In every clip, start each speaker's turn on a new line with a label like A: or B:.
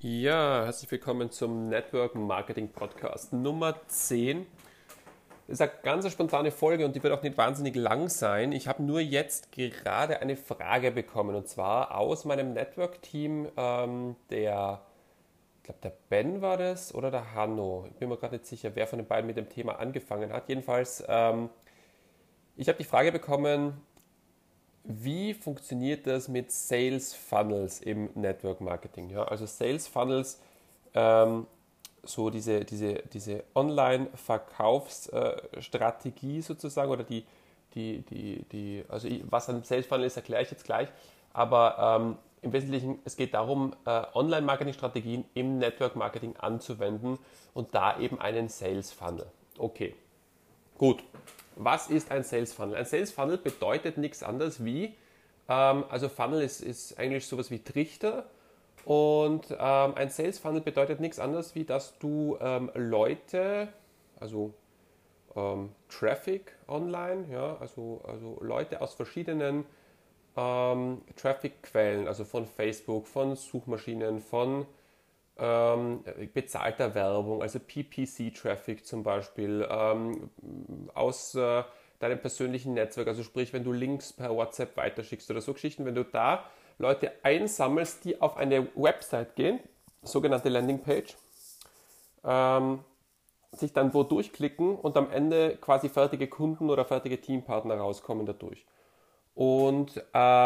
A: Ja, herzlich willkommen zum Network Marketing Podcast Nummer 10. Das ist eine ganz spontane Folge und die wird auch nicht wahnsinnig lang sein. Ich habe nur jetzt gerade eine Frage bekommen und zwar aus meinem Network-Team, ich glaube der Ben war das oder der Hanno. Ich bin mir gerade nicht sicher, wer von den beiden mit dem Thema angefangen hat. Jedenfalls, ich habe die Frage bekommen, wie funktioniert das mit Sales Funnels im Network Marketing? Ja, also Sales Funnels, ähm, so diese Online-Verkaufsstrategie sozusagen oder also was ein Sales Funnel ist, erkläre ich jetzt gleich. Aber im Wesentlichen, es geht darum, Online-Marketing-Strategien im Network-Marketing anzuwenden und da eben einen Sales Funnel. Okay, gut. Was ist ein Sales Funnel? Ein Sales Funnel bedeutet nichts anderes wie, also Funnel ist eigentlich sowas wie Trichter und ein Sales Funnel bedeutet nichts anderes wie, dass du Leute, also Traffic online, ja, also Leute aus verschiedenen Traffic-Quellen, also von Facebook, von Suchmaschinen, von bezahlter Werbung, also PPC-Traffic zum Beispiel, aus deinem persönlichen Netzwerk, also sprich, wenn du Links per WhatsApp weiterschickst oder so Geschichten, wenn du da Leute einsammelst, die auf eine Website gehen, sogenannte Landingpage, ähm, sich dann wo durchklicken und am Ende quasi fertige Kunden oder fertige Teampartner rauskommen dadurch. Und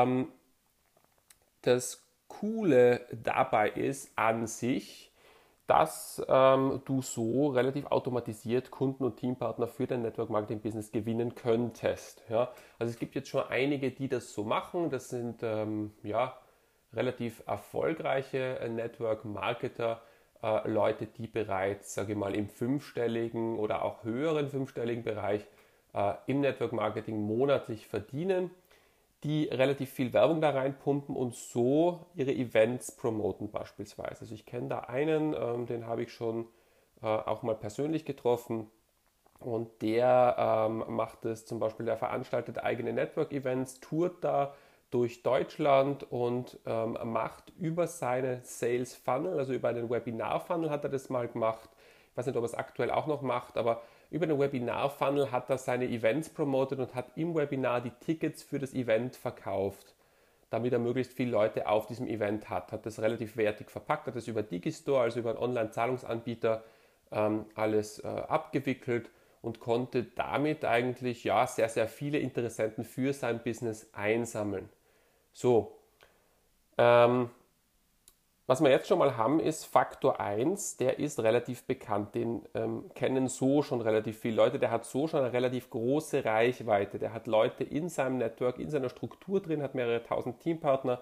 A: das Coole dabei ist an sich, dass du so relativ automatisiert Kunden und Teampartner für dein Network Marketing Business gewinnen könntest. Ja? Also es gibt jetzt schon einige, die das so machen. Das sind ja relativ erfolgreiche Network Marketer, Leute, die bereits, sage ich mal, im fünfstelligen oder auch höheren fünfstelligen Bereich im Network Marketing monatlich verdienen, die relativ viel Werbung da reinpumpen und so ihre Events promoten beispielsweise. Also ich kenne da einen, den habe ich schon auch mal persönlich getroffen und der macht es zum Beispiel, der veranstaltet eigene Network-Events, tourt da durch Deutschland und macht über seinen Sales Funnel, also über einen Webinar Funnel hat er das mal gemacht. Ich weiß nicht, ob er es aktuell auch noch macht, aber über den Webinar Funnel hat er seine Events promotet und hat im Webinar die Tickets für das Event verkauft, damit er möglichst viele Leute auf diesem Event hat. Hat das relativ wertig verpackt, hat das über Digistore, also über einen Online-Zahlungsanbieter, alles abgewickelt und konnte damit eigentlich ja sehr, sehr viele Interessenten für sein Business einsammeln. So, ähm, was wir jetzt schon mal haben, ist Faktor eins, der ist relativ bekannt. Den kennen so schon relativ viele Leute. Der hat so schon eine relativ große Reichweite. Der hat Leute in seinem Network, in seiner Struktur drin, hat mehrere tausend Teampartner,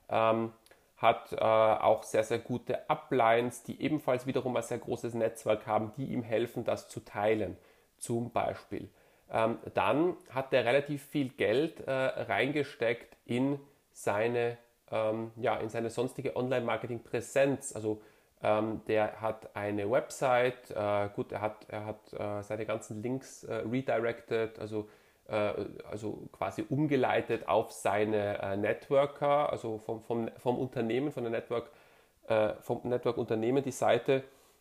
A: hat auch sehr, sehr gute Uplines, die ebenfalls wiederum ein sehr großes Netzwerk haben, die ihm helfen, das zu teilen, zum Beispiel. Dann hat der relativ viel Geld reingesteckt in seine ja, in seine sonstige Online-Marketing-Präsenz. Also der hat eine Website, gut, er hat seine ganzen Links redirected, also quasi umgeleitet auf seine Networker, also vom Unternehmen, von der vom Network-Unternehmen die Seite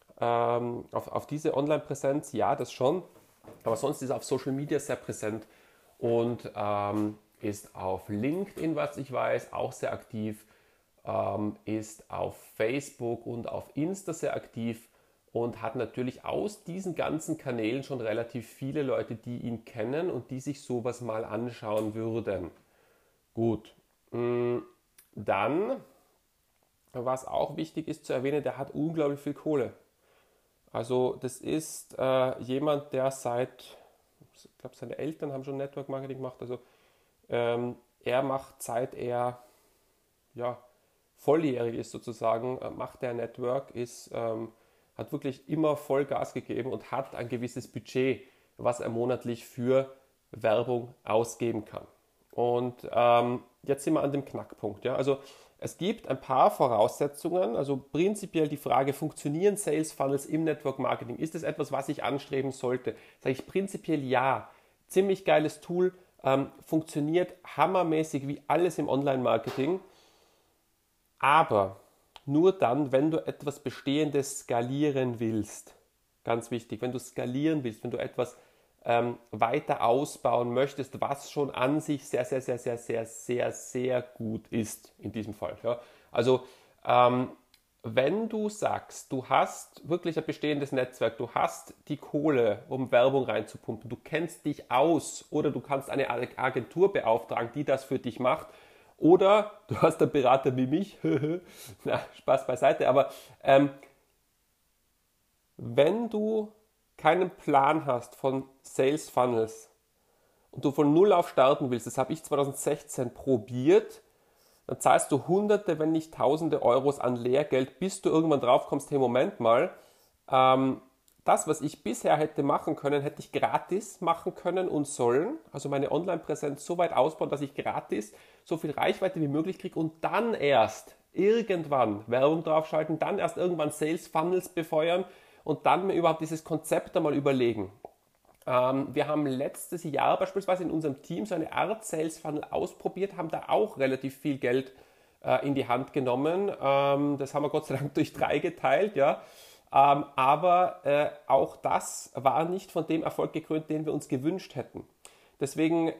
A: auf diese Online-Präsenz, ja, das schon. Aber sonst ist er auf Social Media sehr präsent und ist auf LinkedIn, was ich weiß, auch sehr aktiv, ist auf Facebook und auf Insta sehr aktiv und hat natürlich aus diesen ganzen Kanälen schon relativ viele Leute, die ihn kennen und die sich sowas mal anschauen würden. Gut, dann, was auch wichtig ist zu erwähnen, der hat unglaublich viel Kohle. Also das ist jemand, der ich glaube, seine Eltern haben schon Network Marketing gemacht. Also er macht, seit er ja, volljährig ist sozusagen, macht er Network, hat wirklich immer Vollgas gegeben und hat ein gewisses Budget, was er monatlich für Werbung ausgeben kann. Und jetzt sind wir an dem Knackpunkt. Ja? Also es gibt ein paar Voraussetzungen, also prinzipiell die Frage, funktionieren Sales Funnels im Network Marketing? Ist es etwas, was ich anstreben sollte? Sage ich prinzipiell ja. Ziemlich geiles Tool, funktioniert hammermäßig wie alles im Online-Marketing. Aber nur dann, wenn du etwas Bestehendes skalieren willst. Ganz wichtig, wenn du skalieren willst, wenn du etwas weiter ausbauen möchtest, was schon an sich sehr, sehr, sehr, sehr, sehr, sehr, sehr gut ist in diesem Fall. Ja. Also wenn du sagst, du hast wirklich ein bestehendes Netzwerk, du hast die Kohle, um Werbung reinzupumpen, du kennst dich aus oder du kannst eine Agentur beauftragen, die das für dich macht, oder du hast einen Berater wie mich, na, Spaß beiseite, aber wenn du keinen Plan hast von Sales Funnels und du von Null auf starten willst, das habe ich 2016 probiert, dann zahlst du Hunderte, wenn nicht Tausende Euros an Lehrgeld, bis du irgendwann drauf kommst, hey, Moment mal, das, was ich bisher hätte machen können, hätte ich gratis machen können und sollen. Also meine Online-Präsenz so weit ausbauen, dass ich gratis so viel Reichweite wie möglich kriege und dann erst irgendwann Werbung draufschalten, dann erst irgendwann Sales Funnels befeuern und dann mir überhaupt dieses Konzept einmal überlegen. Wir haben letztes Jahr beispielsweise in unserem Team so eine Art Sales Funnel ausprobiert, haben da auch relativ viel Geld in die Hand genommen. Das haben wir Gott sei Dank durch 3 geteilt, ja. Aber auch das war nicht von dem Erfolg gekrönt, den wir uns gewünscht hätten. Deswegen,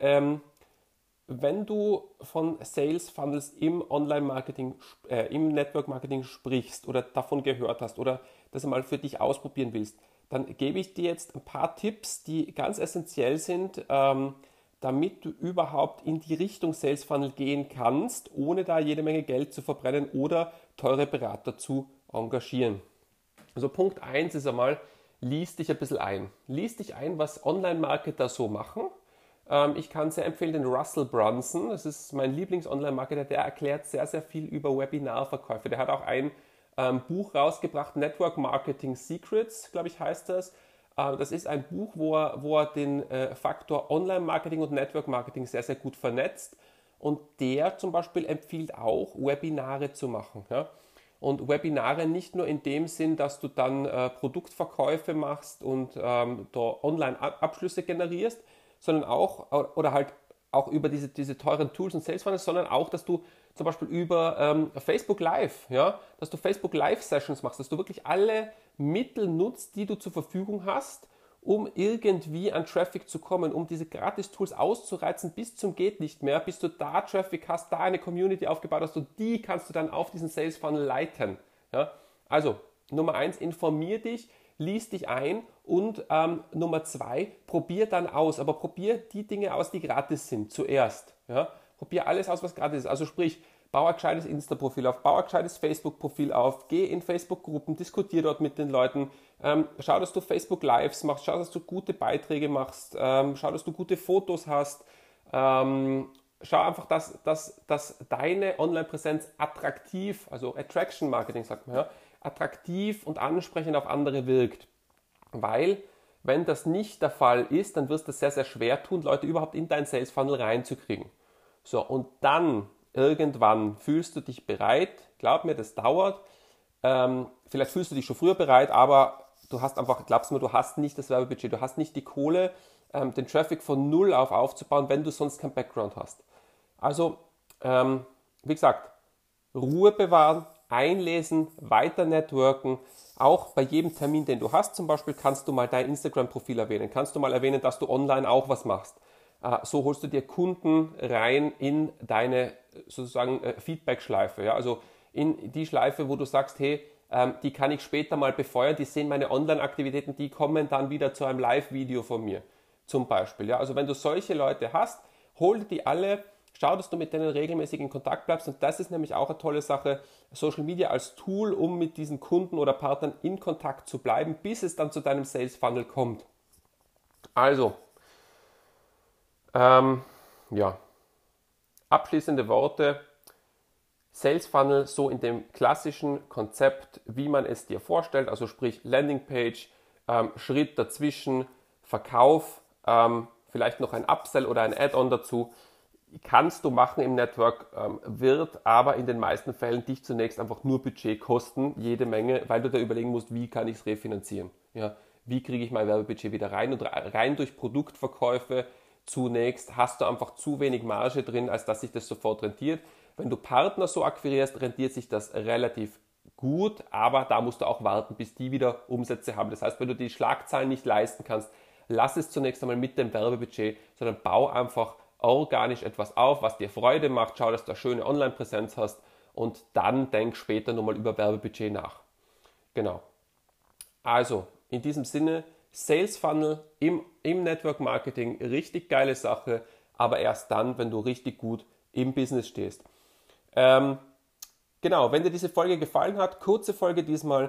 A: wenn du von Sales Funnels im Online-Marketing, im Network-Marketing sprichst oder davon gehört hast oder das einmal für dich ausprobieren willst, dann gebe ich dir jetzt ein paar Tipps, die ganz essentiell sind, damit du überhaupt in die Richtung Sales Funnel gehen kannst, ohne da jede Menge Geld zu verbrennen oder teure Berater zu engagieren. Also Punkt 1 ist einmal, lies dich ein bisschen ein. Lies dich ein, was Online-Marketer so machen. Ich kann sehr empfehlen den Russell Brunson, das ist mein Lieblings-Online-Marketer, der erklärt sehr, sehr viel über Webinarverkäufe. Der hat auch ein Buch rausgebracht, Network Marketing Secrets, glaube ich, heißt das. Das ist ein Buch, wo er den Faktor Online-Marketing und Network-Marketing sehr, sehr gut vernetzt. Und der zum Beispiel empfiehlt auch, Webinare zu machen. Ja? Und Webinare nicht nur in dem Sinn, dass du dann Produktverkäufe machst und da Online-Abschlüsse generierst, sondern auch, oder halt auch über diese teuren Tools und Sales Funnels, sondern auch, dass du zum Beispiel über Facebook Live, ja, dass du Facebook Live Sessions machst, dass du wirklich alle Mittel nutzt, die du zur Verfügung hast, um irgendwie an Traffic zu kommen, um diese Gratis-Tools auszureizen bis zum geht nicht mehr, bis du da Traffic hast, da eine Community aufgebaut hast und die kannst du dann auf diesen Sales Funnel leiten. Ja? Also Nummer 1, informier dich, lies dich ein und Nummer 2, probier dann aus, aber probier die Dinge aus, die gratis sind zuerst. Ja? Probier alles aus, was gratis ist. Also sprich, bau ein gescheites Insta-Profil auf, bau ein gescheites Facebook-Profil auf, geh in Facebook-Gruppen, diskutier dort mit den Leuten, schau, dass du Facebook-Lives machst, schau, dass du gute Beiträge machst, schau, dass du gute Fotos hast, schau einfach, dass deine Online-Präsenz attraktiv, also Attraction-Marketing sagt man, ja, attraktiv und ansprechend auf andere wirkt. Weil, wenn das nicht der Fall ist, dann wirst du es sehr, sehr schwer tun, Leute überhaupt in deinen Sales-Funnel reinzukriegen. So, und dann irgendwann fühlst du dich bereit, glaub mir, das dauert, vielleicht fühlst du dich schon früher bereit, aber du hast einfach, glaubst mir, du hast nicht das Werbebudget, du hast nicht die Kohle, den Traffic von null auf aufzubauen, wenn du sonst kein Background hast. Also, wie gesagt, Ruhe bewahren, einlesen, weiter networken, auch bei jedem Termin, den du hast zum Beispiel, kannst du mal dein Instagram-Profil erwähnen, kannst du mal erwähnen, dass du online auch was machst. So holst du dir Kunden rein in deine sozusagen Feedback-Schleife. Ja? Also in die Schleife, wo du sagst, hey, die kann ich später mal befeuern, die sehen meine Online-Aktivitäten, die kommen dann wieder zu einem Live-Video von mir zum Beispiel. Ja? Also wenn du solche Leute hast, hol die alle, schau, dass du mit denen regelmäßig in Kontakt bleibst und das ist nämlich auch eine tolle Sache, Social Media als Tool, um mit diesen Kunden oder Partnern in Kontakt zu bleiben, bis es dann zu deinem Sales Funnel kommt. Also, ja, abschließende Worte. Sales Funnel so in dem klassischen Konzept, wie man es dir vorstellt, also sprich Landingpage, Schritt dazwischen, Verkauf, vielleicht noch ein Upsell oder ein Add-on dazu, kannst du machen im Network, wird aber in den meisten Fällen dich zunächst einfach nur Budget kosten, jede Menge, weil du da überlegen musst, wie kann ich es refinanzieren, ja, wie kriege ich mein Werbebudget wieder rein und rein durch Produktverkäufe. Zunächst hast du einfach zu wenig Marge drin, als dass sich das sofort rentiert. Wenn du Partner so akquirierst, rentiert sich das relativ gut, aber da musst du auch warten, bis die wieder Umsätze haben. Das heißt, wenn du die Schlagzeilen nicht leisten kannst, lass es zunächst einmal mit dem Werbebudget, sondern bau einfach organisch etwas auf, was dir Freude macht. Schau, dass du eine schöne Online-Präsenz hast und dann denk später nochmal über Werbebudget nach. Genau. Also, in diesem Sinne, Sales Funnel im Network Marketing, richtig geile Sache, aber erst dann, wenn du richtig gut im Business stehst. Genau, wenn dir diese Folge gefallen hat, kurze Folge diesmal,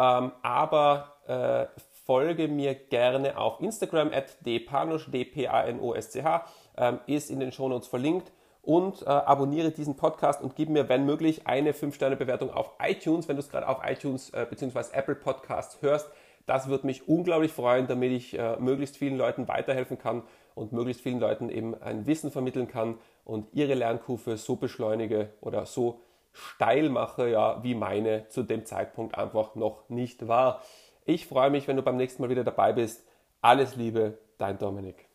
A: aber folge mir gerne auf Instagram @dpanosch, D-P-A-N-O-S-C-H, ist in den Shownotes verlinkt und abonniere diesen Podcast und gib mir, wenn möglich, eine 5-Sterne-Bewertung auf iTunes, wenn du es gerade auf iTunes bzw. Apple Podcasts hörst. Das würde mich unglaublich freuen, damit ich möglichst vielen Leuten weiterhelfen kann und möglichst vielen Leuten eben ein Wissen vermitteln kann und ihre Lernkurve so beschleunige oder so steil mache, ja, wie meine zu dem Zeitpunkt einfach noch nicht war. Ich freue mich, wenn du beim nächsten Mal wieder dabei bist. Alles Liebe, dein Dominik.